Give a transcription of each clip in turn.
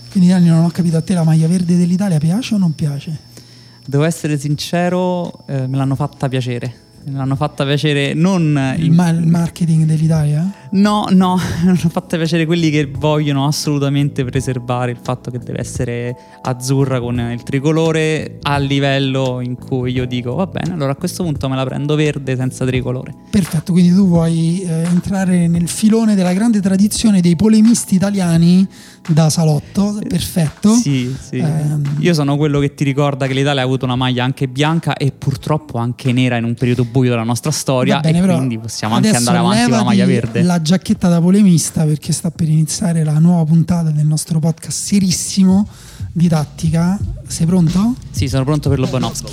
Quindi Dani, non ho capito, a te la maglia verde dell'Italia piace o non piace? Devo essere sincero, me l'hanno fatta piacere. Me l'hanno fatta piacere non il marketing dell'Italia? No, mi hanno fatta piacere quelli che vogliono assolutamente preservare il fatto che deve essere azzurra con il tricolore, a livello in cui io dico va bene, allora a questo punto me la prendo verde senza tricolore. Perfetto, quindi tu vuoi entrare nel filone della grande tradizione dei polemisti italiani da salotto, perfetto. Sì. Io sono quello che ti ricorda che l'Italia ha avuto una maglia anche bianca e purtroppo anche nera in un periodo buio della nostra storia, bene, e quindi possiamo anche andare avanti con la maglia verde. La giacchetta da polemista, perché sta per iniziare la nuova puntata del nostro podcast serissimo di tattica. Sei pronto? Sì, sono pronto per Lobanovskyi.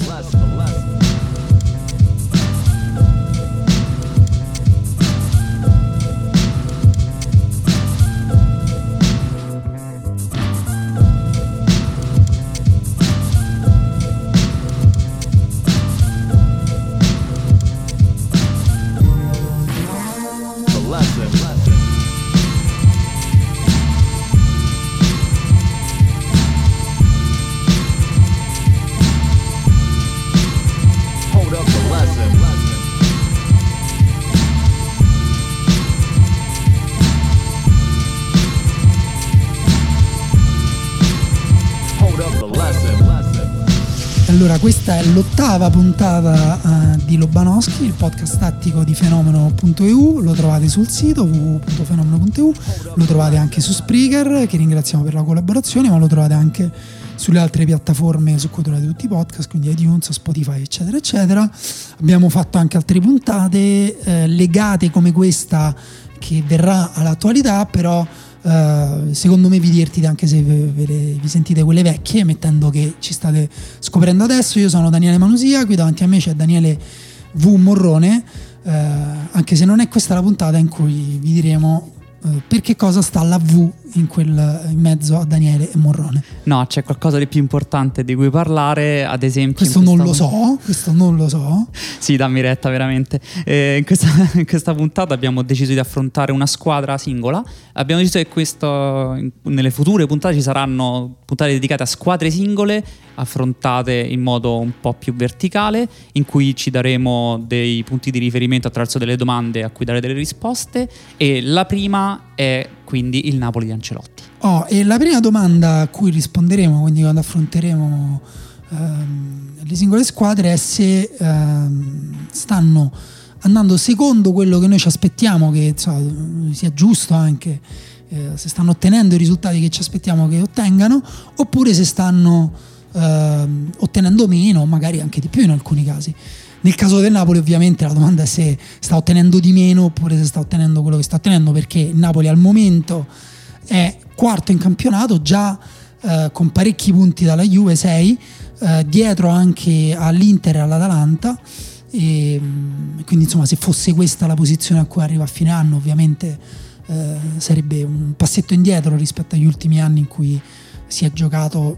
Allora, questa è l'8ª puntata di Lobanovskyi, il podcast tattico di Fenomeno.eu. Lo trovate sul sito www.fenomeno.eu, lo trovate anche su Spreaker, che ringraziamo per la collaborazione, ma lo trovate anche sulle altre piattaforme su cui trovate tutti i podcast, quindi iTunes, Spotify, eccetera eccetera. Abbiamo fatto anche altre puntate legate come questa, che verrà all'attualità, però secondo me vi divertite anche se vi sentite quelle vecchie, mettendo che ci state scoprendo adesso. Io sono Daniele Manusia, qui davanti a me c'è Daniele V. Morrone, anche se non è questa la puntata in cui vi diremo perché cosa sta la V in mezzo a Daniele e Morrone. No, c'è qualcosa di più importante di cui parlare, ad esempio. Questo non lo so. Sì, dammi retta, veramente. In questa puntata abbiamo deciso di affrontare una squadra singola. Abbiamo deciso che nelle future puntate ci saranno puntate dedicate a squadre singole, affrontate in modo un po' più verticale, in cui ci daremo dei punti di riferimento attraverso delle domande a cui dare delle risposte. E la prima è quindi il Napoli di Ancelotti. E la prima domanda a cui risponderemo, quindi quando affronteremo le singole squadre, è se stanno andando secondo quello che noi ci aspettiamo che sia giusto, anche se stanno ottenendo i risultati che ci aspettiamo che ottengano, oppure se stanno ottenendo meno, magari anche di più in alcuni casi. Nel caso del Napoli ovviamente la domanda è se sta ottenendo di meno oppure se sta ottenendo quello che sta ottenendo, perché il Napoli al momento è quarto in campionato, già con parecchi punti dalla Juve, 6, dietro anche all'Inter e all'Atalanta, e quindi insomma, se fosse questa la posizione a cui arriva a fine anno, ovviamente sarebbe un passetto indietro rispetto agli ultimi anni in cui si è giocato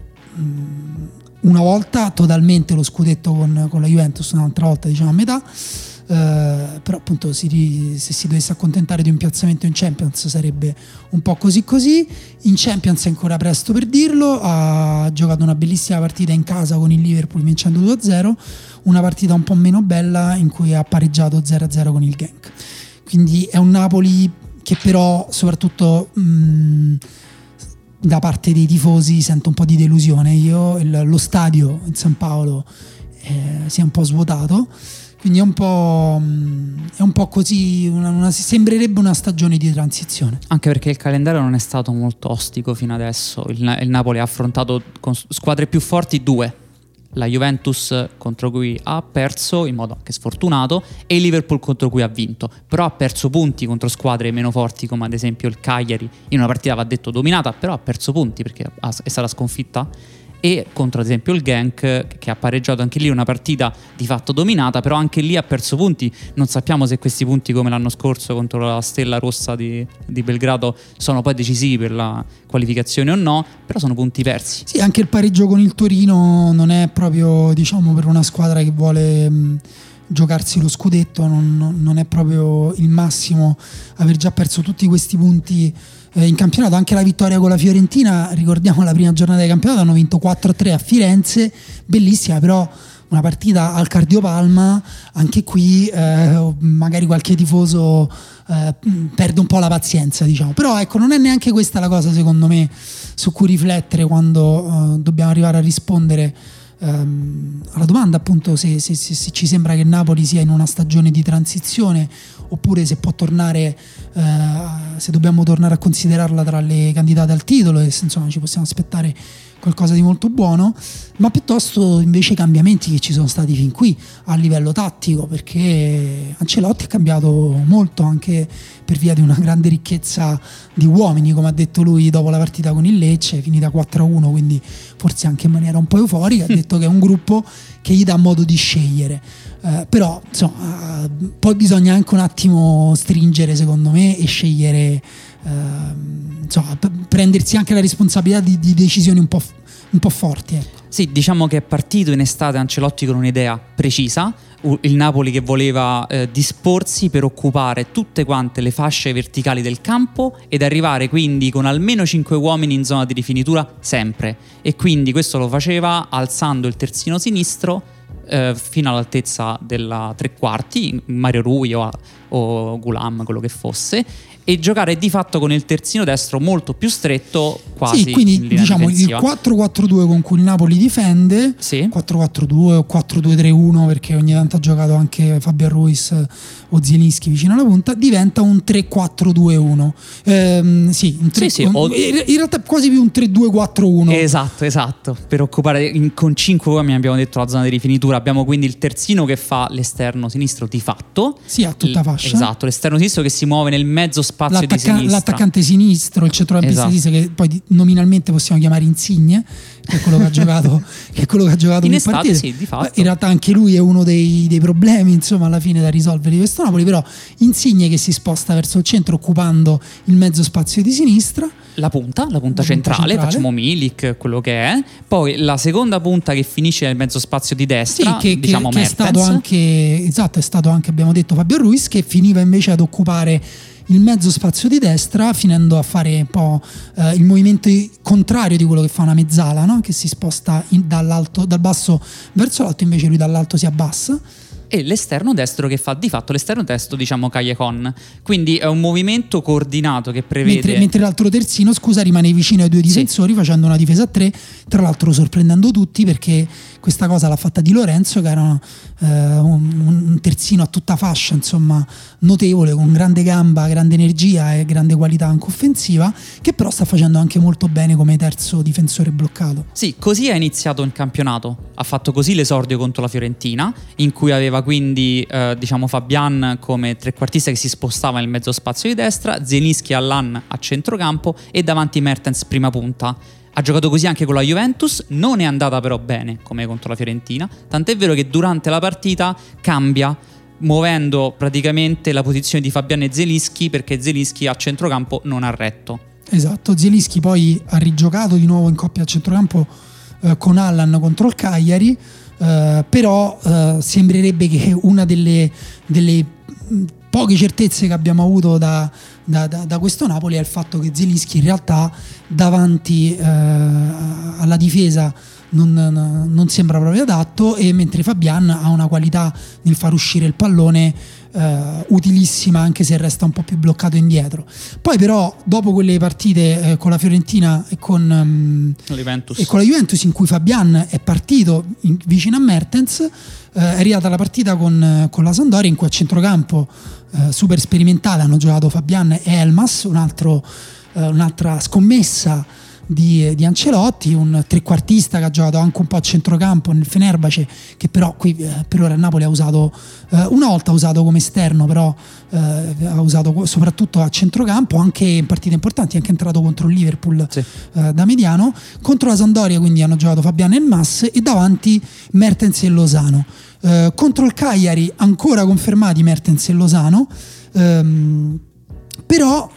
una volta totalmente lo scudetto con la Juventus, un'altra volta diciamo a metà, però appunto se si dovesse accontentare di un piazzamento in Champions sarebbe un po' così. In Champions è ancora presto per dirlo, ha giocato una bellissima partita in casa con il Liverpool vincendo 2-0, una partita un po' meno bella in cui ha pareggiato 0-0 con il Genk. Quindi è un Napoli che però soprattutto da parte dei tifosi sento un po' di delusione. Lo stadio in San Paolo si è un po' svuotato, quindi è un po' così, sembrerebbe una stagione di transizione, anche perché il calendario non è stato molto ostico fino adesso. Il Napoli ha affrontato con squadre più forti 2, la Juventus contro cui ha perso in modo anche sfortunato e il Liverpool contro cui ha vinto, però ha perso punti contro squadre meno forti come ad esempio il Cagliari, in una partita va detto dominata, però ha perso punti perché è stata sconfitta, e contro ad esempio il Genk, che ha pareggiato anche lì una partita di fatto dominata, però anche lì ha perso punti. Non sappiamo se questi punti, come l'anno scorso contro la Stella Rossa di Belgrado, sono poi decisivi per la qualificazione o no, però sono punti persi. Sì, anche il pareggio con il Torino non è proprio, diciamo, per una squadra che vuole giocarsi lo scudetto, non è proprio il massimo aver già perso tutti questi punti in campionato. Anche la vittoria con la Fiorentina, ricordiamo la prima giornata di campionato, hanno vinto 4-3 a Firenze, bellissima, però una partita al Cardiopalma, anche qui magari qualche tifoso perde un po' la pazienza, diciamo. Però ecco, non è neanche questa la cosa, secondo me, su cui riflettere quando dobbiamo arrivare a rispondere alla domanda, appunto, se ci sembra che Napoli sia in una stagione di transizione, oppure se può tornare, se dobbiamo tornare a considerarla tra le candidate al titolo, e se insomma ci possiamo aspettare qualcosa di molto buono, ma piuttosto invece i cambiamenti che ci sono stati fin qui a livello tattico, perché Ancelotti ha cambiato molto anche per via di una grande ricchezza di uomini, come ha detto lui dopo la partita con il Lecce, finita 4-1, quindi forse anche in maniera un po' euforica. Ha detto che è un gruppo che gli dà modo di scegliere, però insomma, poi bisogna anche un attimo stringere, secondo me, e scegliere, insomma, prendersi anche la responsabilità di decisioni un po' forti, ecco. Sì, diciamo che è partito in estate Ancelotti con un'idea precisa, il Napoli che voleva disporsi per occupare tutte quante le fasce verticali del campo ed arrivare quindi con almeno 5 uomini in zona di rifinitura sempre, e quindi questo lo faceva alzando il terzino sinistro fino all'altezza della tre quarti, Mario Rui o Gulam, quello che fosse, e giocare di fatto con il terzino destro molto più stretto, quasi sì, quindi in linea diciamo difensiva. Il 4-4-2 con cui il Napoli difende, sì. 4-4-2 o 4-2-3-1, perché ogni tanto ha giocato anche Fabian Ruiz o Zielinski vicino alla punta, diventa un 3-4-2-1. Sì, un 3, sì, in realtà quasi più un 3-2-4-1. Esatto, per occupare con 5 uomini, abbiamo detto, la zona di rifinitura. Abbiamo quindi il terzino che fa l'esterno sinistro di fatto, sì, a tutta fascia. Esatto, l'esterno sinistro che si muove nel mezzo spazio di sinistra, l'attaccante sinistro, il centrocampista sinistro, che poi nominalmente possiamo chiamare Insigne, che è quello che ha giocato in in estate, partita. sì, di fatto. In realtà anche lui è uno dei problemi, insomma, alla fine da risolvere di questo Napoli, però Insigne che si sposta verso il centro occupando il mezzo spazio di sinistra, la punta centrale, facciamo Milik, quello che è. Poi la seconda punta che finisce nel mezzo spazio di destra, sì, diciamo che è stato anche, esatto, è stato anche, abbiamo detto, Fabio Ruiz, che finiva invece ad occupare il mezzo spazio di destra, finendo a fare un po' il movimento contrario di quello che fa una mezzala, no? Che si sposta dal basso verso l'alto, invece lui dall'alto si abbassa. E l'esterno destro che fa di fatto l'esterno destro, diciamo, Callejon. Quindi è un movimento coordinato che prevede, mentre l'altro terzino, scusa, rimane vicino ai due difensori, sì, facendo una difesa a 3, tra l'altro sorprendendo tutti, perché questa cosa l'ha fatta Di Lorenzo, che era un terzino a tutta fascia, insomma, notevole, con grande gamba, grande energia e grande qualità anche offensiva, che però sta facendo anche molto bene come terzo difensore bloccato. Sì, così ha iniziato il campionato. Ha fatto così l'esordio contro la Fiorentina, in cui aveva quindi diciamo Fabian come trequartista che si spostava nel mezzo spazio di destra, Zielinski e Allan a centrocampo e davanti Mertens prima punta. Ha giocato così anche con la Juventus, non è andata però bene come contro la Fiorentina, tant'è vero che durante la partita cambia, muovendo praticamente la posizione di Fabian e Zielinski, perché Zielinski a centrocampo non ha retto. Esatto, Zielinski poi ha rigiocato di nuovo in coppia a centrocampo con Allan contro il Cagliari, però sembrerebbe che una delle poche certezze che abbiamo avuto da questo Napoli è il fatto che Zielinski in realtà davanti alla difesa non sembra proprio adatto, e mentre Fabian ha una qualità nel far uscire il pallone utilissima, anche se resta un po' più bloccato indietro. Poi però dopo quelle partite con la Fiorentina e con la Juventus, in cui Fabian è partito vicino a Mertens, è arrivata la partita con la Sampdoria, in cui a centrocampo super sperimentale hanno giocato Fabian e Elmas, un'altra scommessa di Ancelotti, un trequartista che ha giocato anche un po' a centrocampo nel Fenerbahce, che però qui per ora il Napoli ha usato una volta, ha usato come esterno, però ha usato soprattutto a centrocampo, anche in partite importanti, è anche entrato contro il Liverpool, sì, da mediano. Contro la Sampdoria quindi hanno giocato Fabian e Elmas, e davanti Mertens e Lozano. Contro il Cagliari ancora confermati Mertens e Lozano, Però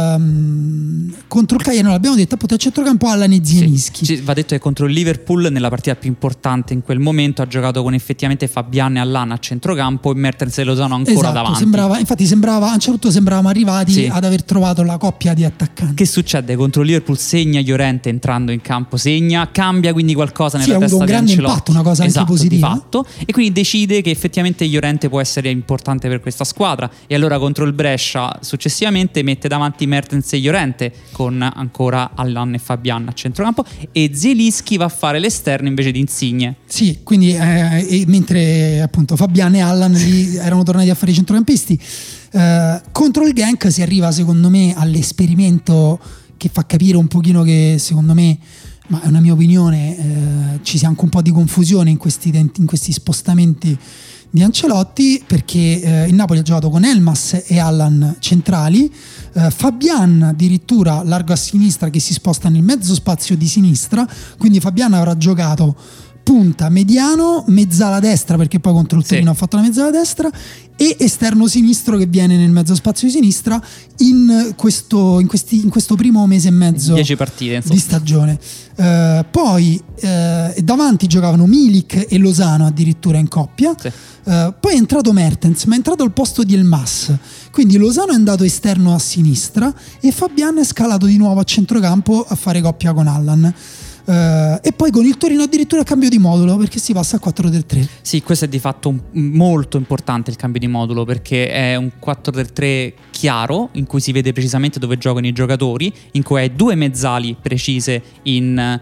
contro il Cagliari, non l'abbiamo detto, appunto a centrocampo Allan e Zielinski. Sì, va detto che contro il Liverpool, nella partita più importante in quel momento, ha giocato con effettivamente Fabian e Allan a centrocampo e Mertens e Lozano ancora davanti. Sembrava, a un certo punto sembravamo arrivati ad aver trovato la coppia di attaccanti. Che succede? Contro il Liverpool segna Llorente entrando in campo, cambia quindi qualcosa nella testa di Ancelotti. Ha avuto un grande impatto, una cosa anche positiva. Di fatto, e quindi decide che effettivamente Llorente può essere importante per questa squadra, e allora contro il Brescia successivamente mette davanti Mertens e Llorente con ancora Allan e Fabian a centrocampo, e Zielinski va a fare l'esterno invece di Insigne. Sì, quindi mentre appunto Fabian e Allan lì erano tornati a fare i centrocampisti. Contro il Genk si arriva secondo me all'esperimento che fa capire un pochino che secondo me, ma è una mia opinione, ci sia anche un po' di confusione in questi spostamenti di Ancelotti, perché il Napoli ha giocato con Elmas e Allan centrali, Fabian addirittura largo a sinistra che si sposta nel mezzo spazio di sinistra, quindi Fabian avrà giocato punta, mediano, mezzala destra, perché poi contro il Torino ha fatto la mezzala destra, e esterno sinistro che viene nel mezzo spazio di sinistra in questo primo mese e mezzo 10 partite di stagione. Poi davanti giocavano Milik e Lozano addirittura in coppia. Poi è entrato Mertens, ma è entrato al posto di Elmas, quindi Lozano è andato esterno a sinistra e Fabian è scalato di nuovo a centrocampo a fare coppia con Allan. E poi con il Torino addirittura cambio di modulo, perché si passa a 4-3-3. Sì, questo è di fatto molto importante, il cambio di modulo, perché è un 4-3-3 chiaro in cui si vede precisamente dove giocano i giocatori, in cui hai due mezzali precise in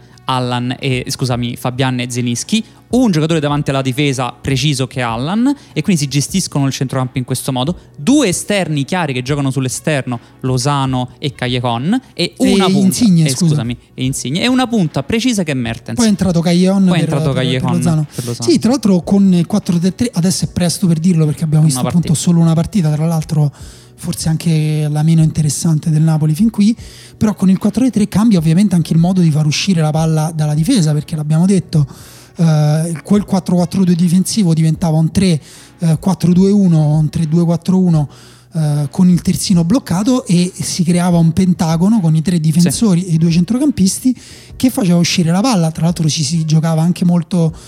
Fabian e Zielinski, un giocatore davanti alla difesa preciso che è Allan, e quindi si gestiscono il centrocampo in questo modo, due esterni chiari che giocano sull'esterno, Lozano e Callejon, e una punta Insigne, e una punta precisa che è Mertens. Poi è entrato Callejon per Lozano. Sì, tra l'altro con il 4-3-3 adesso è presto per dirlo, perché abbiamo visto appunto solo una partita, tra l'altro forse anche la meno interessante del Napoli fin qui, però con il 4-3 cambia ovviamente anche il modo di far uscire la palla dalla difesa, perché l'abbiamo detto, quel 4-4-2 difensivo diventava un 3-4-2-1, un 3-2-4-1 con il terzino bloccato, e si creava un pentagono con i tre difensori e i due centrocampisti che faceva uscire la palla. Tra l'altro si giocava anche molto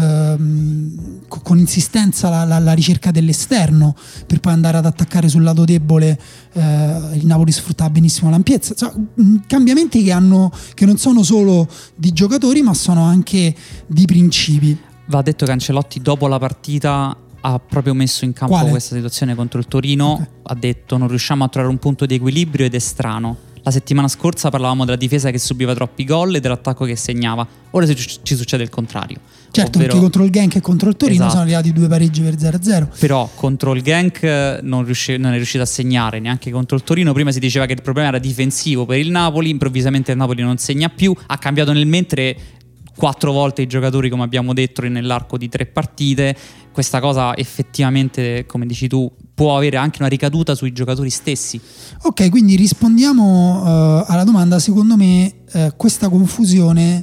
con insistenza la ricerca dell'esterno per poi andare ad attaccare sul lato debole. Il Napoli sfruttava benissimo l'ampiezza, cambiamenti che non sono solo di giocatori ma sono anche di principi. Va detto che Ancelotti dopo la partita ha proprio messo in campo questa situazione contro il Torino. Ha detto: non riusciamo a trovare un punto di equilibrio ed è strano. La settimana scorsa parlavamo della difesa che subiva troppi gol e dell'attacco che segnava. Ora ci succede il contrario. Certo, perché contro il Genk e contro il Torino sono arrivati due pareggi per 0-0. Però contro il Genk non è riuscito a segnare, neanche contro il Torino. Prima si diceva che il problema era difensivo per il Napoli, improvvisamente il Napoli non segna più. Ha cambiato nel mentre 4 volte i giocatori, come abbiamo detto, nell'arco di 3 partite. Questa cosa effettivamente, come dici tu, può avere anche una ricaduta sui giocatori stessi. Ok, quindi rispondiamo alla domanda. Secondo me questa confusione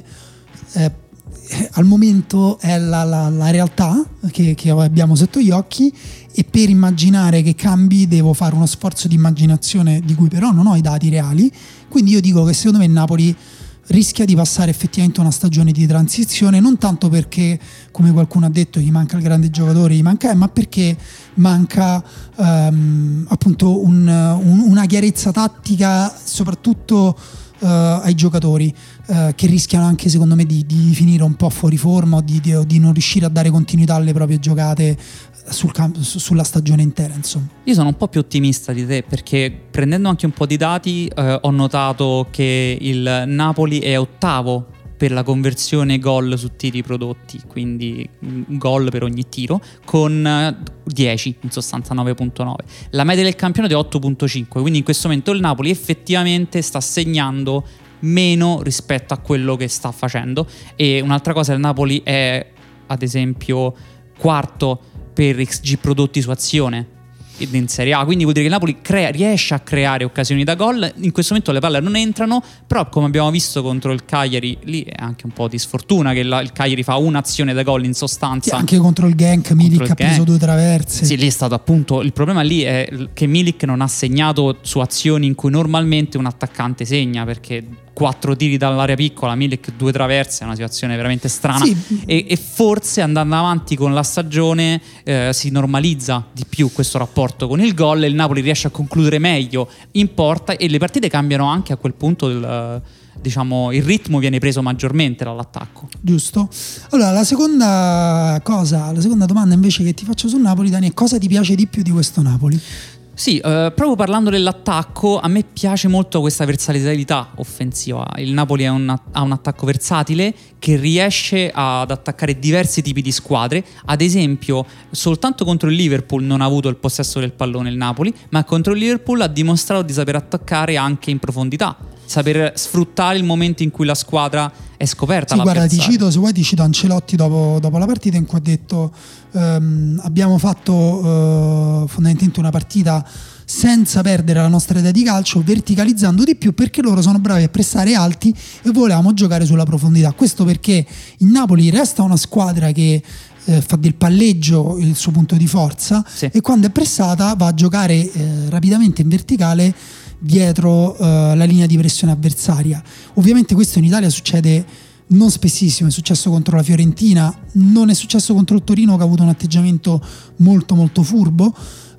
al momento è la realtà che abbiamo sotto gli occhi, e per immaginare che cambi devo fare uno sforzo di immaginazione di cui però non ho i dati reali. Quindi io dico che secondo me il Napoli rischia di passare effettivamente una stagione di transizione, non tanto perché, come qualcuno ha detto, gli manca il grande giocatore, ma perché manca appunto una chiarezza tattica, soprattutto ai giocatori, che rischiano anche secondo me di finire un po' fuori forma o di non riuscire a dare continuità alle proprie giocate sulla stagione intera, insomma. Io sono un po' più ottimista di te, perché prendendo anche un po' di dati ho notato che il Napoli è ottavo per la conversione gol su tiri prodotti, quindi un gol per ogni tiro, con 10, in sostanza 9.9. La media del campionato è 8.5, quindi in questo momento il Napoli effettivamente sta segnando meno rispetto a quello che sta facendo. E un'altra cosa, il Napoli è ad esempio quarto per XG prodotti su azione, in Serie A, quindi vuol dire che il Napoli riesce a creare occasioni da gol. In questo momento le palle non entrano, però come abbiamo visto contro il Cagliari, lì è anche un po' di sfortuna che il Cagliari fa un'azione da gol in sostanza. Sì, anche contro il Genk Milik ha preso 2 traverse. Sì, lì è stato appunto il problema, lì è che Milik non ha segnato su azioni in cui normalmente un attaccante segna, perché 4 tiri dall'area piccola, Milik 2 traverse, è una situazione veramente strana. Sì. E forse andando avanti con la stagione si normalizza di più questo rapporto con il gol e il Napoli riesce a concludere meglio in porta e le partite cambiano anche a quel punto. Diciamo, il ritmo viene preso maggiormente dall'attacco. Giusto. Allora, la seconda domanda invece che ti faccio sul Napoli, Dani, è: cosa ti piace di più di questo Napoli? Sì, proprio parlando dell'attacco, a me piace molto questa versatilità offensiva. Il Napoli ha un attacco versatile che riesce ad attaccare diversi tipi di squadre. Ad esempio, soltanto contro il Liverpool non ha avuto il possesso del pallone il Napoli, ma contro il Liverpool ha dimostrato di saper attaccare anche in profondità, saper sfruttare il momento in cui la squadra è scoperta. Sì, guarda, se vuoi ti cito Ancelotti dopo la partita, in cui ha detto abbiamo fatto fondamentalmente una partita senza perdere la nostra idea di calcio, verticalizzando di più perché loro sono bravi a pressare alti e volevamo giocare sulla profondità. Questo perché il Napoli resta una squadra che fa del palleggio il suo punto di forza, sì, e quando è pressata va a giocare rapidamente in verticale dietro la linea di pressione avversaria. Ovviamente questo in Italia succede non spessissimo, è successo contro la Fiorentina, non è successo contro il Torino che ha avuto un atteggiamento molto molto furbo,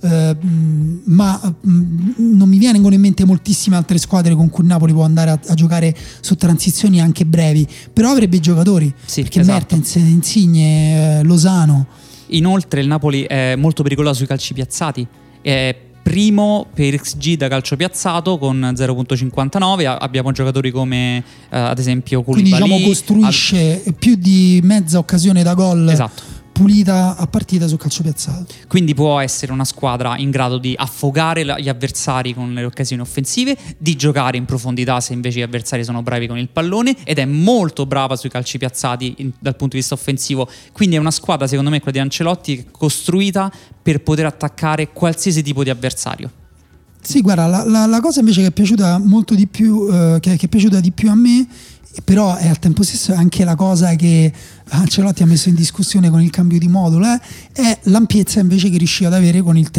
ma non mi vengono in mente moltissime altre squadre con cui il Napoli può andare a giocare su transizioni anche brevi, però avrebbe i giocatori, sì, perché esatto. Mertens, Insigne, Lozano. Inoltre il Napoli è molto pericoloso sui calci piazzati, è primo per XG da calcio piazzato con 0.59. Abbiamo giocatori come ad esempio Koulibaly. Quindi diciamo costruisce più di mezza occasione da gol, esatto, pulita a partita sul calcio piazzato. Quindi può essere una squadra in grado di affogare gli avversari con le occasioni offensive, di giocare in profondità se invece gli avversari sono bravi con il pallone, ed è molto brava sui calci piazzati dal punto di vista offensivo. Quindi è una squadra, secondo me, quella di Ancelotti, costruita per poter attaccare qualsiasi tipo di avversario. Sì, guarda, la cosa invece che è piaciuta molto di più, che è piaciuta di più a me, però è al tempo stesso anche la cosa che Ancelotti ha messo in discussione con il cambio di modulo, è l'ampiezza invece che riuscì ad avere con il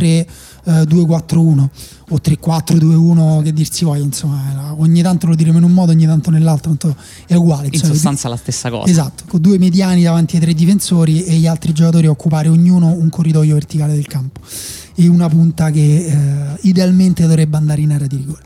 3-2-4-1 o 3-4-2-1, che dir si voglia, insomma, ogni tanto lo diremo in un modo, ogni tanto nell'altro, tanto è uguale, in sostanza la stessa cosa. Esatto, con 2 mediani davanti ai 3 difensori e gli altri giocatori a occupare ognuno un corridoio verticale del campo e una punta che idealmente dovrebbe andare in area di rigore.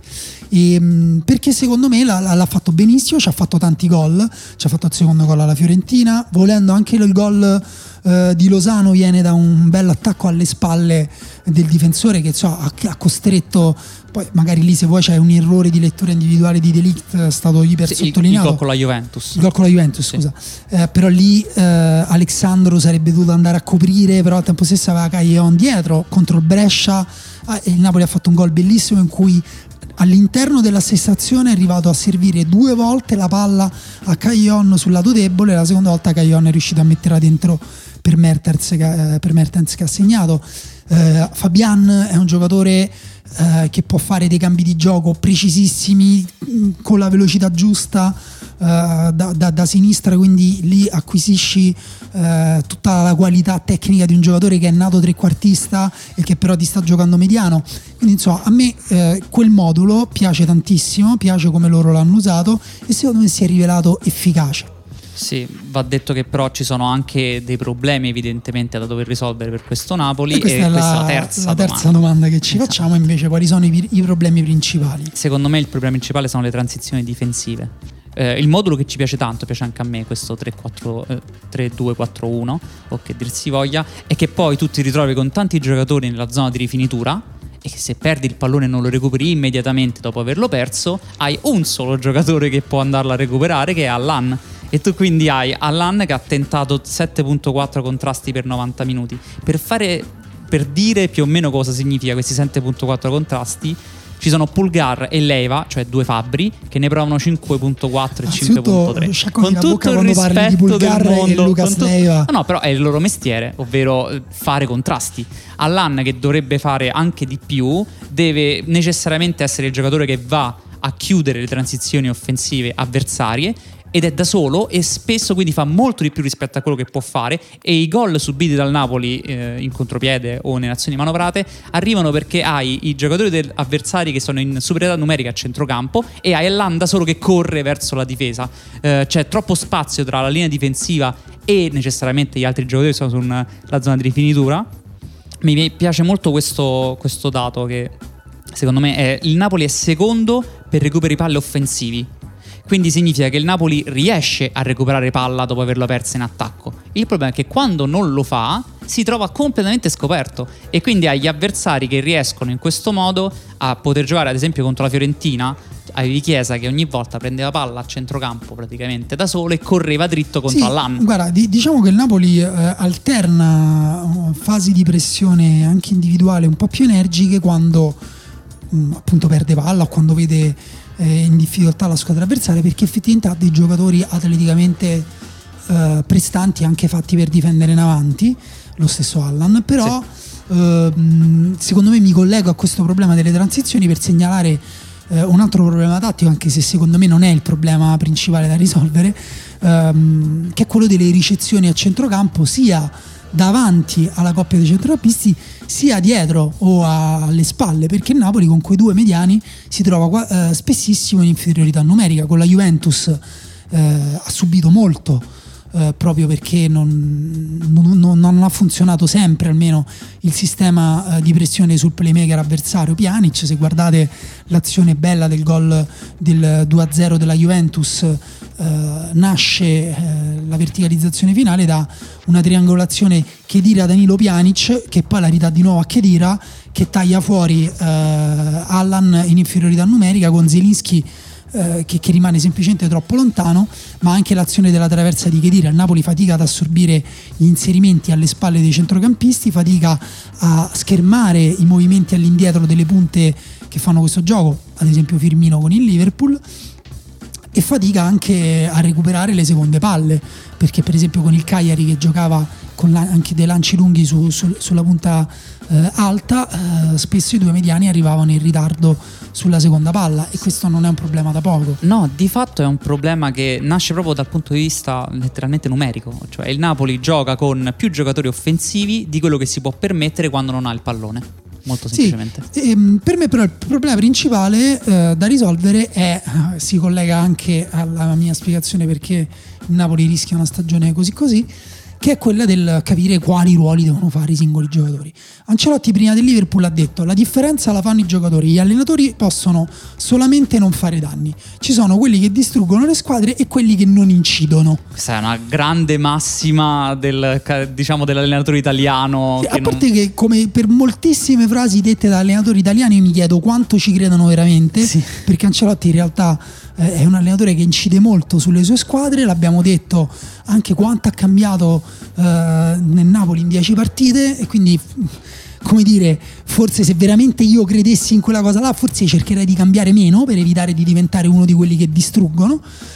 Perché secondo me l'ha fatto benissimo, ci ha fatto tanti gol, ci ha fatto il secondo gol alla Fiorentina, volendo anche il gol di Lozano viene da un bel attacco alle spalle del difensore che ha costretto. Poi magari lì, se vuoi, c'è un errore di lettura individuale di De Ligt, è stato iper sottolineato. Il gol con la Juventus. Il gol con la Juventus, sì, scusa. Però lì Alexandro sarebbe dovuto andare a coprire, però al tempo stesso aveva Caglion dietro. Contro il Brescia il Napoli ha fatto un gol bellissimo in cui all'interno della stessa azione è arrivato a servire 2 volte la palla a Caglion sul lato debole, e la seconda volta Caglion è riuscito a metterla dentro per Mertens che ha segnato. Fabian è un giocatore che può fare dei cambi di gioco precisissimi con la velocità giusta da sinistra, quindi lì acquisisci tutta la qualità tecnica di un giocatore che è nato trequartista e che però ti sta giocando mediano. Quindi insomma, a me quel modulo piace tantissimo, piace come loro l'hanno usato e secondo me si è rivelato efficace. Sì, va detto che però ci sono anche dei problemi evidentemente da dover risolvere per questo Napoli, e questa è la terza domanda che ci facciamo invece: quali sono i problemi principali? Secondo me il problema principale sono le transizioni difensive. Il modulo che ci piace tanto, piace anche a me, questo 3-2-4-1 o che dir si voglia, è che poi tu ti ritrovi con tanti giocatori nella zona di rifinitura e che se perdi il pallone non lo recuperi immediatamente dopo averlo perso, hai un solo giocatore che può andarlo a recuperare, che è Allan. E tu quindi hai Allan che ha tentato 7.4 contrasti per 90 minuti. Per dire più o meno cosa significa questi 7.4 contrasti, Ci sono Pulgar e Leiva, cioè due fabbri, che ne provano 5.4 e 5.3. Con tutto il rispetto di Pulgar del mondo, e Lucas Leiva. No, però è il loro mestiere, ovvero fare contrasti. Allan, che dovrebbe fare anche di più, deve necessariamente essere il giocatore che va a chiudere le transizioni offensive avversarie, ed è da solo e spesso quindi fa molto di più rispetto a quello che può fare, e i gol subiti dal Napoli in contropiede o nelle azioni manovrate arrivano perché hai i giocatori avversari che sono in superiorità numerica a centrocampo e hai Allan da solo che corre verso la difesa. C'è troppo spazio tra la linea difensiva e necessariamente gli altri giocatori che sono sulla zona di rifinitura. Mi piace molto questo dato, che secondo me è il Napoli è secondo per recuperi palle offensivi. Quindi significa che il Napoli riesce a recuperare palla dopo averla persa in attacco. Il problema è che quando non lo fa si trova completamente scoperto, e quindi ha gli avversari che riescono in questo modo a poter giocare. Ad esempio contro la Fiorentina avevi Chiesa che ogni volta prendeva palla a centrocampo praticamente da solo e correva dritto contro Allan. Guarda, diciamo che il Napoli alterna fasi di pressione anche individuale un po' più energiche quando appunto perde palla o quando vede in difficoltà la squadra avversaria, perché effettivamente ha dei giocatori atleticamente prestanti, anche fatti per difendere in avanti, lo stesso Allan. Però secondo me mi collego a questo problema delle transizioni per segnalare un altro problema tattico, anche se secondo me non è il problema principale da risolvere, che è quello delle ricezioni a centrocampo, sia davanti alla coppia dei centrocampisti sia dietro o alle spalle, perché il Napoli con quei due mediani si trova spessissimo in inferiorità numerica. Con la Juventus ha subito molto, proprio perché non ha funzionato sempre, almeno il sistema di pressione sul playmaker avversario Pjanic. Se guardate l'azione bella del gol del 2-0 della Juventus, nasce la verticalizzazione finale da una triangolazione Khedira Danilo Pjanic, che poi la ridà di nuovo a Khedira, che taglia fuori Allan in inferiorità numerica con Zielinski che rimane semplicemente troppo lontano. Ma anche l'azione della traversa di Khedira, il Napoli fatica ad assorbire gli inserimenti alle spalle dei centrocampisti, fatica a schermare i movimenti all'indietro delle punte che fanno questo gioco, ad esempio Firmino con il Liverpool, e fatica anche a recuperare le seconde palle, perché per esempio con il Cagliari, che giocava con anche dei lanci lunghi sulla punta alta, spesso i due mediani arrivavano in ritardo sulla seconda palla, e questo non è un problema da poco. No, di fatto è un problema che nasce proprio dal punto di vista letteralmente numerico, cioè il Napoli gioca con più giocatori offensivi di quello che si può permettere quando non ha il pallone. Molto semplicemente. Sì, per me però il problema principale da risolvere si collega anche alla mia spiegazione perché il Napoli rischia una stagione così, che è quella del capire quali ruoli devono fare i singoli giocatori. Ancelotti prima del Liverpool ha detto: la differenza la fanno i giocatori, gli allenatori possono solamente non fare danni, ci sono quelli che distruggono le squadre e quelli che non incidono. Questa è una grande massima dell'allenatore italiano, a parte che, come per moltissime frasi dette da allenatori italiani, io mi chiedo quanto ci credano veramente. Sì. Perché Ancelotti in realtà è un allenatore che incide molto sulle sue squadre, l'abbiamo detto anche quanto ha cambiato nel Napoli in 10 partite, e quindi, come dire, forse se veramente io credessi in quella cosa là, forse cercherei di cambiare meno per evitare di diventare uno di quelli che distruggono.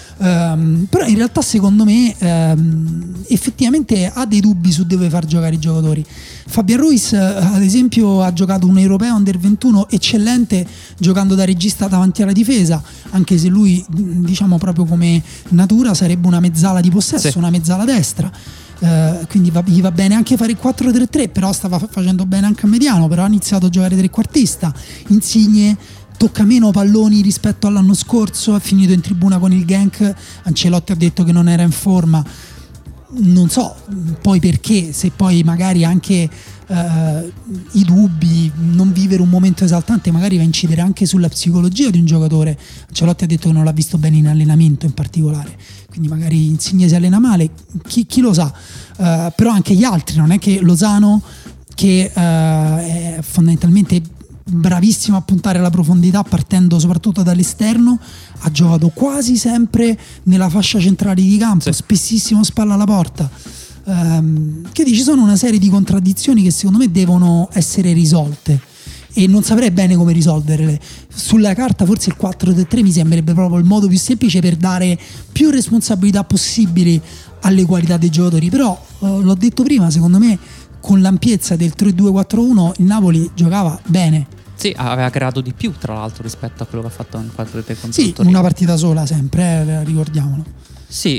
Però in realtà secondo me effettivamente ha dei dubbi su dove far giocare i giocatori. Fabian Ruiz ad esempio ha giocato un europeo under 21 eccellente giocando da regista davanti alla difesa, anche se lui, diciamo, proprio come natura sarebbe una mezzala di possesso, sì, una mezzala destra. Quindi gli va bene anche fare il 4-3-3, però stava facendo bene anche a mediano, però ha iniziato a giocare trequartista. Insigne tocca meno palloni rispetto all'anno scorso, è finito in tribuna con il Genk, Ancelotti ha detto che non era in forma, non so poi perché, se poi magari anche i dubbi, non vivere un momento esaltante magari va a incidere anche sulla psicologia di un giocatore. Ancelotti ha detto che non l'ha visto bene in allenamento in particolare, quindi magari Insigne si allena male, chi lo sa. Però anche gli altri, non è che Lozano, che è fondamentalmente bravissimo a puntare alla profondità partendo soprattutto dall'esterno, ha giocato quasi sempre nella fascia centrale di campo, sì, spessissimo spalla alla porta. Che ci sono una serie di contraddizioni che secondo me devono essere risolte, e non saprei bene come risolverle. sulla carta forse il 4-3 mi sembrerebbe proprio il modo più semplice per dare più responsabilità possibili alle qualità dei giocatori, però l'ho detto prima, secondo me con l'ampiezza del 3-2-4-1 il Napoli giocava bene. Sì, aveva creato di più tra l'altro rispetto a quello che ha fatto nel 4-3 contro sì, una partita sola sempre, ricordiamolo. Sì,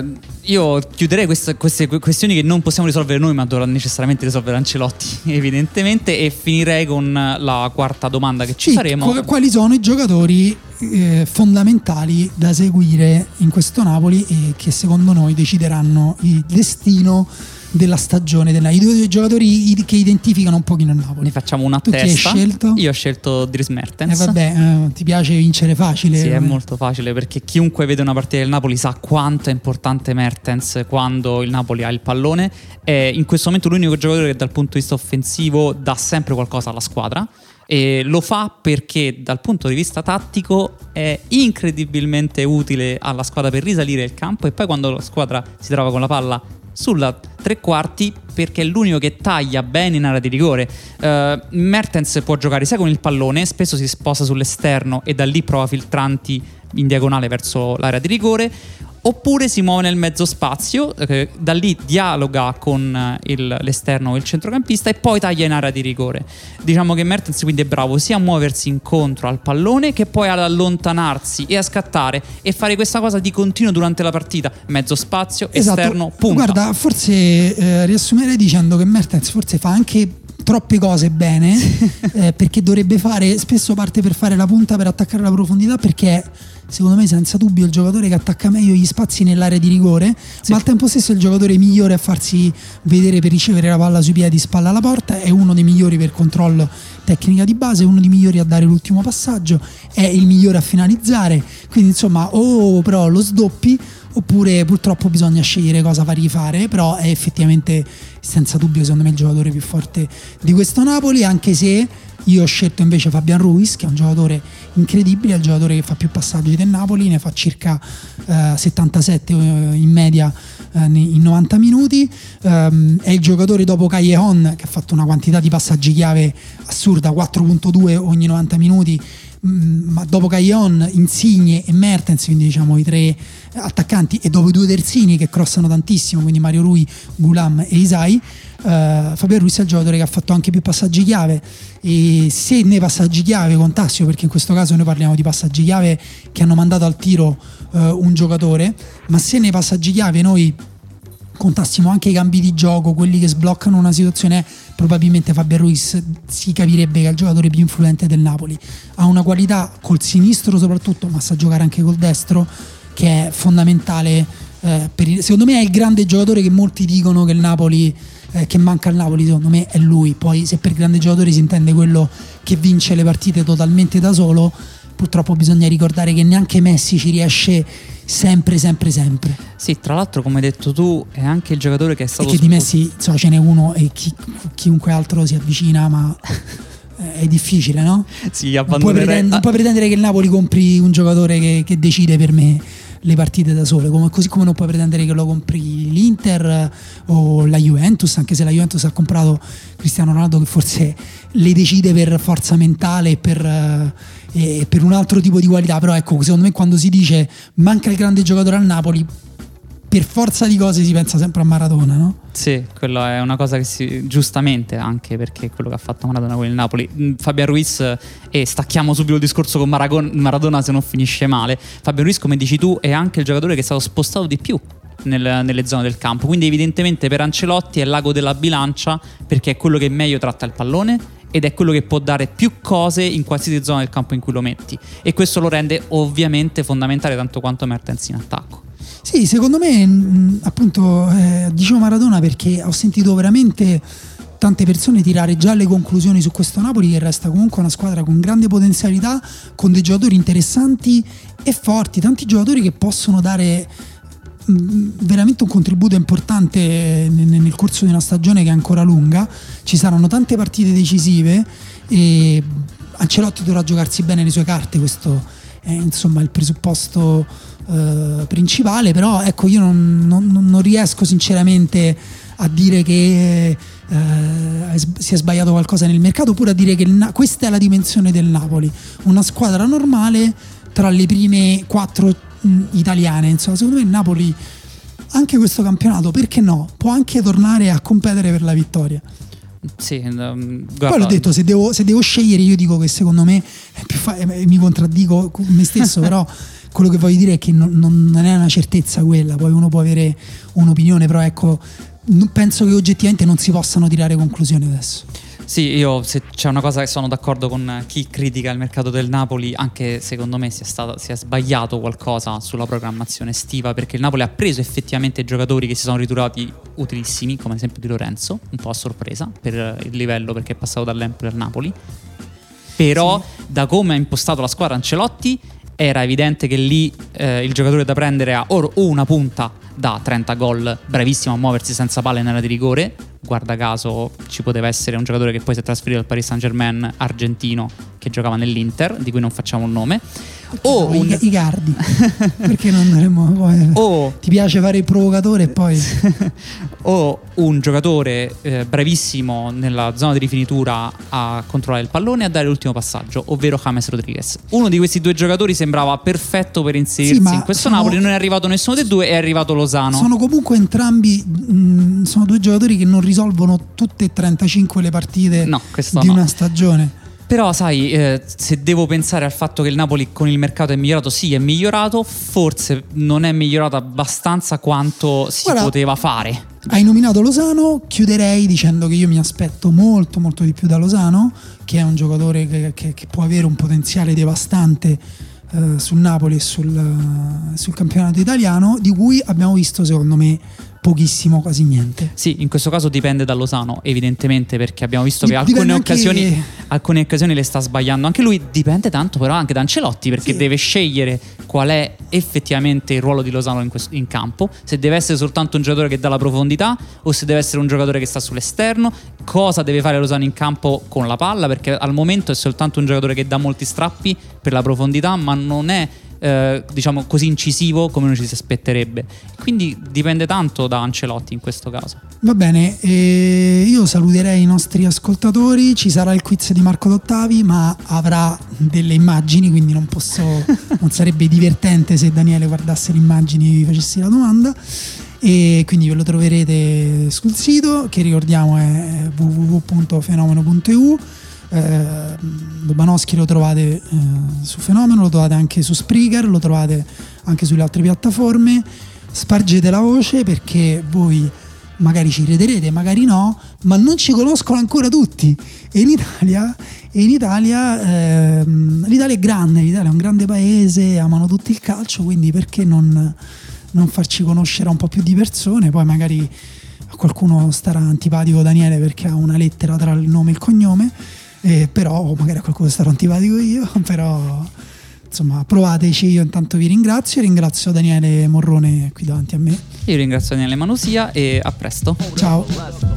io chiuderei queste questioni che non possiamo risolvere noi, ma dovrà necessariamente risolvere Ancelotti evidentemente, e finirei con la quarta domanda che ci faremo. Quali sono i giocatori fondamentali da seguire in questo Napoli e che secondo noi decideranno il destino della stagione, i due giocatori che identificano un pochino il Napoli? Ne facciamo una tu testa. Chi hai scelto? Io ho scelto Dries Mertens. Ti piace vincere facile? Sì, è molto facile, perché chiunque vede una partita del Napoli sa quanto è importante Mertens quando il Napoli ha il pallone. È in questo momento l'unico giocatore che dal punto di vista offensivo dà sempre qualcosa alla squadra, e lo fa perché dal punto di vista tattico è incredibilmente utile alla squadra per risalire il campo, e poi quando la squadra si trova con la palla sulla tre quarti, perché è l'unico che taglia bene in area di rigore. Mertens può giocare sia con il pallone, spesso si sposta sull'esterno e da lì prova filtranti in diagonale verso l'area di rigore, oppure si muove nel mezzo spazio, da lì dialoga con l'esterno o il centrocampista e poi taglia in area di rigore. Diciamo che Mertens quindi è bravo sia a muoversi incontro al pallone che poi ad allontanarsi e a scattare, e fare questa cosa di continuo durante la partita: mezzo spazio, esterno, punta. Guarda, forse riassumerei dicendo che Mertens forse fa anche troppe cose bene, perché dovrebbe fare, spesso parte per fare la punta per attaccare la profondità, perché secondo me senza dubbio il giocatore che attacca meglio gli spazi nell'area di rigore, sì, ma al tempo stesso è il giocatore migliore a farsi vedere per ricevere la palla sui piedi, spalla alla porta, è uno dei migliori per controllo, tecnica di base, è uno dei migliori a dare l'ultimo passaggio, è il migliore a finalizzare, quindi insomma però lo sdoppi, oppure purtroppo bisogna scegliere cosa fargli fare, però è effettivamente senza dubbio secondo me il giocatore più forte di questo Napoli, anche se io ho scelto invece Fabian Ruiz, che è un giocatore incredibile, è il giocatore che fa più passaggi del Napoli, ne fa circa 77 in media in 90 minuti, è il giocatore dopo Callejon che ha fatto una quantità di passaggi chiave assurda, 4.2 ogni 90 minuti, ma dopo Callejon, Insigne e Mertens, quindi diciamo i tre attaccanti, e dopo i due terzini che crossano tantissimo, quindi Mario Rui, Gulam e Isai, Fabian Ruiz è il giocatore che ha fatto anche più passaggi chiave. E se nei passaggi chiave contassimo, perché in questo caso noi parliamo di passaggi chiave che hanno mandato al tiro un giocatore, ma se nei passaggi chiave noi contassimo anche i cambi di gioco, quelli che sbloccano una situazione, probabilmente Fabian Ruiz si capirebbe che è il giocatore più influente del Napoli. Ha una qualità col sinistro soprattutto, ma sa giocare anche col destro, che è fondamentale. Secondo me è il grande giocatore che molti dicono che il Napoli che manca al Napoli, secondo me è lui. Poi se per grande giocatore si intende quello che vince le partite totalmente da solo, purtroppo bisogna ricordare che neanche Messi ci riesce sempre. Sì, tra l'altro come hai detto tu è anche il giocatore che è stato, e che di Messi insomma, ce n'è uno e chiunque altro si avvicina, ma è difficile, no? Sì, non puoi pretendere che il Napoli compri un giocatore che decide per me le partite da sole, così come non puoi pretendere che lo compri l'Inter o la Juventus, anche se la Juventus ha comprato Cristiano Ronaldo, che forse le decide per forza mentale e per un altro tipo di qualità. Però ecco, secondo me quando si dice manca il grande giocatore al Napoli, per forza di cose si pensa sempre a Maradona, no? Sì, quello è una cosa che giustamente, anche perché è quello che ha fatto Maradona con il Napoli. Fabian Ruiz, e stacchiamo subito il discorso con Maradona se non finisce male. Fabian Ruiz, come dici tu, è anche il giocatore che è stato spostato di più nelle zone del campo, quindi evidentemente per Ancelotti è l'ago della bilancia, perché è quello che meglio tratta il pallone ed è quello che può dare più cose in qualsiasi zona del campo in cui lo metti, e questo lo rende ovviamente fondamentale tanto quanto Mertens in attacco. Sì, secondo me appunto dicevo Maradona perché ho sentito veramente tante persone tirare già le conclusioni su questo Napoli, che resta comunque una squadra con grande potenzialità, con dei giocatori interessanti e forti, tanti giocatori che possono dare veramente un contributo importante nel corso di una stagione che è ancora lunga. Ci saranno tante partite decisive e Ancelotti dovrà giocarsi bene le sue carte, questo è insomma il presupposto principale. Però ecco, io non riesco sinceramente a dire che si è sbagliato qualcosa nel mercato, oppure a dire che questa è la dimensione del Napoli, una squadra normale tra le prime 4 italiane. Insomma, secondo me il Napoli anche questo campionato, perché no, può anche tornare a competere per la vittoria. Sì, poi l'ho detto, se devo scegliere, io dico che secondo me è più mi contraddico me stesso, però quello che voglio dire è che non è una certezza quella, poi uno può avere un'opinione, però ecco, penso che oggettivamente non si possano tirare conclusioni adesso. Sì, io se c'è una cosa che sono d'accordo con chi critica il mercato del Napoli, anche secondo me si è sbagliato qualcosa sulla programmazione estiva, perché il Napoli ha preso effettivamente giocatori che si sono ritrovati utilissimi, come ad esempio Di Lorenzo, un po' a sorpresa per il livello, perché è passato dall'Empoli al Napoli. Però sì, da come ha impostato la squadra Ancelotti era evidente che lì il giocatore da prendere ha o una punta da 30 gol, bravissimo a muoversi senza palle nella di rigore. Guarda caso ci poteva essere un giocatore che poi si è trasferito al Paris Saint-Germain, argentino, che giocava nell'Inter, di cui non facciamo il nome. O Icardi. Perché non andremo ti piace fare il provocatore e poi o un giocatore bravissimo nella zona di rifinitura a controllare il pallone e a dare l'ultimo passaggio, ovvero James Rodriguez. Uno di questi due giocatori sembrava perfetto per inserirsi in questo Napoli. Non è arrivato nessuno dei due, è arrivato Lozano. Sono comunque entrambi sono due giocatori che non risolvono tutte e 35 le partite di una stagione. Però sai, se devo pensare al fatto che il Napoli con il mercato è migliorato, sì, è migliorato, forse non è migliorato abbastanza quanto si poteva fare. Hai nominato Lozano, chiuderei dicendo che io mi aspetto molto molto di più da Lozano, che è un giocatore che può avere un potenziale devastante sul Napoli e sul campionato italiano, di cui abbiamo visto secondo me pochissimo, quasi niente. Sì, in questo caso dipende da Lozano, evidentemente, perché abbiamo visto che alcune occasioni le sta sbagliando anche lui. Dipende tanto però anche da Ancelotti, perché deve scegliere qual è effettivamente il ruolo di Lozano in campo, se deve essere soltanto un giocatore che dà la profondità o se deve essere un giocatore che sta sull'esterno, cosa deve fare Lozano in campo con la palla, perché al momento è soltanto un giocatore che dà molti strappi per la profondità, ma non è diciamo così incisivo come uno ci si aspetterebbe. Quindi dipende tanto da Ancelotti in questo caso. Va bene, io saluterei i nostri ascoltatori. Ci sarà il quiz di Marco Dottavi, ma avrà delle immagini, quindi non sarebbe divertente se Daniele guardasse le immagini e vi facessi la domanda, e quindi ve lo troverete sul sito, che ricordiamo è www.fenomeno.eu. Lobanowski lo trovate su Fenomeno, lo trovate anche su Spreaker, lo trovate anche sulle altre piattaforme. Spargete la voce, perché voi magari ci crederete, magari no, ma non ci conoscono ancora tutti, e in Italia l'Italia è grande, l'Italia è un grande paese, amano tutti il calcio, quindi perché non farci conoscere a un po' più di persone? Poi magari a qualcuno starà antipatico Daniele perché ha una lettera tra il nome e il cognome, però magari a qualcuno starò antipatico io, però insomma provateci. Io intanto vi ringrazio Daniele Morrone qui davanti a me. Io ringrazio Daniele Manusia e a presto. Ciao.